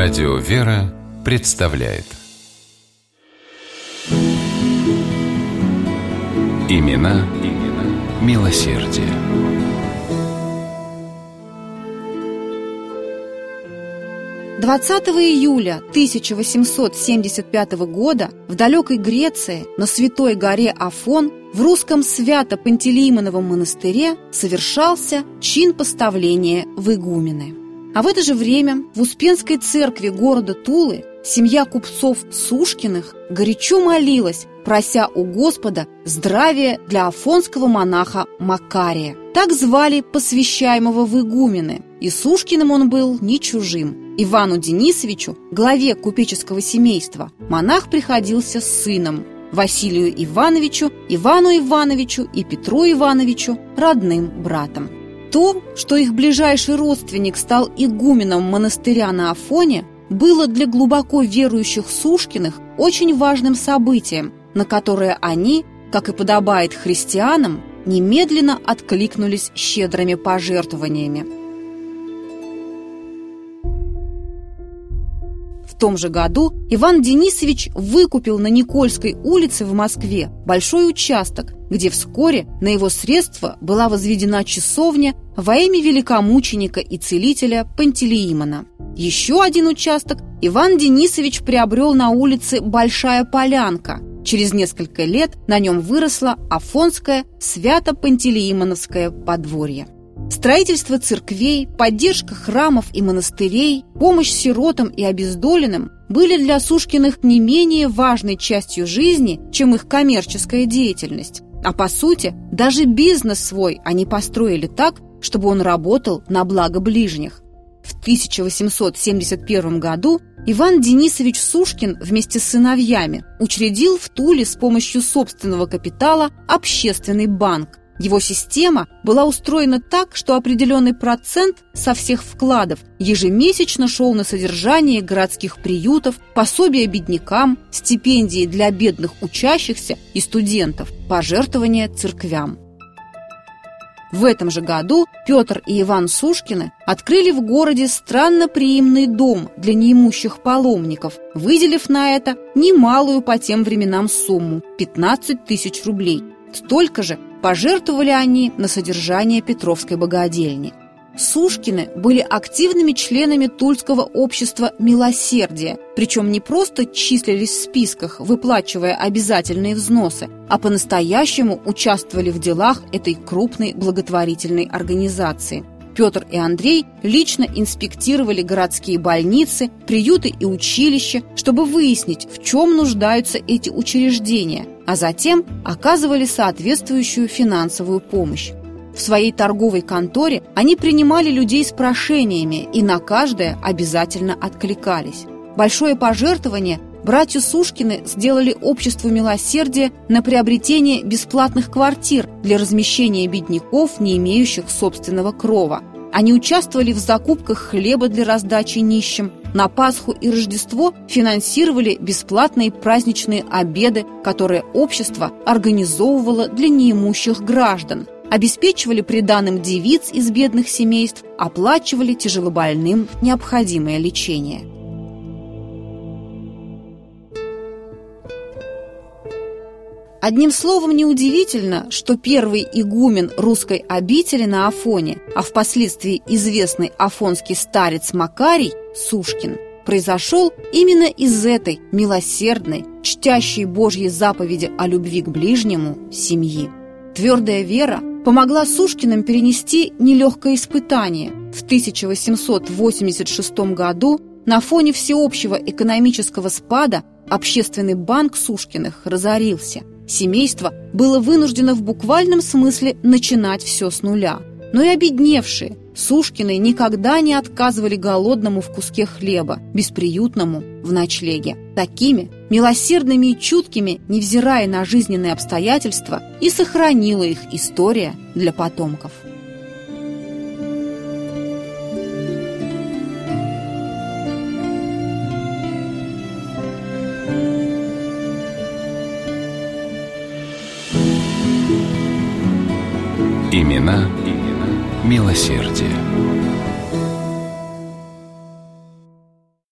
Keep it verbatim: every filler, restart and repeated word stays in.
Радио «Вера» представляет Имена, имена милосердия. двадцатого июля тысяча восемьсот семьдесят пятого года в далекой Греции на святой горе Афон в русском Свято-Пантелеимоновом монастыре совершался чин поставления в игумены. А в это же время в Успенской церкви города Тулы семья купцов Сушкиных горячо молилась, прося у Господа здравия для афонского монаха Макария. Так звали посвящаемого в игумены, и Сушкиным он был не чужим. Ивану Денисовичу, главе купеческого семейства, монах приходился с сыном, Василию Ивановичу, Ивану Ивановичу и Петру Ивановичу, родным братом. То, что их ближайший родственник стал игуменом монастыря на Афоне, было для глубоко верующих Сушкиных очень важным событием, на которое они, как и подобает христианам, немедленно откликнулись щедрыми пожертвованиями. В том же году Иван Денисович выкупил на Никольской улице в Москве большой участок, где вскоре на его средства была возведена часовня во имя великомученика и целителя Пантелеимона. Еще один участок Иван Денисович приобрел на улице Большая Полянка. Через несколько лет на нем выросло Афонское Свято-Пантелеимоновское подворье. Строительство церквей, поддержка храмов и монастырей, помощь сиротам и обездоленным были для Сушкиных не менее важной частью жизни, чем их коммерческая деятельность. А по сути, даже бизнес свой они построили так, чтобы он работал на благо ближних. В тысяча восемьсот семьдесят первом году Иван Денисович Сушкин вместе с сыновьями учредил в Туле с помощью собственного капитала общественный банк. Его система была устроена так, что определенный процент со всех вкладов ежемесячно шел на содержание городских приютов, пособия беднякам, стипендии для бедных учащихся и студентов, пожертвования церквям. В этом же году Петр и Иван Сушкины открыли в городе странноприимный дом для неимущих паломников, выделив на это немалую по тем временам сумму – пятнадцать тысяч рублей. Столько же пожертвовали они на содержание Петровской богадельни. Сушкины были активными членами Тульского общества милосердия, причем не просто числились в списках, выплачивая обязательные взносы, а по-настоящему участвовали в делах этой крупной благотворительной организации. Петр и Андрей лично инспектировали городские больницы, приюты и училища, чтобы выяснить, в чем нуждаются эти учреждения, а затем оказывали соответствующую финансовую помощь. В своей торговой конторе они принимали людей с прошениями и на каждое обязательно откликались. Большое пожертвование братья Сушкины сделали обществу милосердия на приобретение бесплатных квартир для размещения бедняков, не имеющих собственного крова. Они участвовали в закупках хлеба для раздачи нищим. На Пасху и Рождество финансировали бесплатные праздничные обеды, которые общество организовывало для неимущих граждан. Обеспечивали приданым девиц из бедных семейств, оплачивали тяжелобольным необходимое лечение. Одним словом, неудивительно, что первый игумен русской обители на Афоне, а впоследствии известный афонский старец Макарий Сушкин, произошел именно из этой милосердной, чтящей Божьи заповеди о любви к ближнему семьи. Твердая вера помогла Сушкиным перенести нелегкое испытание. В тысяча восемьсот восемьдесят шестом году на фоне всеобщего экономического спада общественный банк Сушкиных разорился. Семейство было вынуждено в буквальном смысле начинать все с нуля. Но и обедневшие Сушкины никогда не отказывали голодному в куске хлеба, бесприютному в ночлеге. Такими милосердными и чуткими, невзирая на жизненные обстоятельства, и сохранила их история для потомков. Имена, имена милосердия.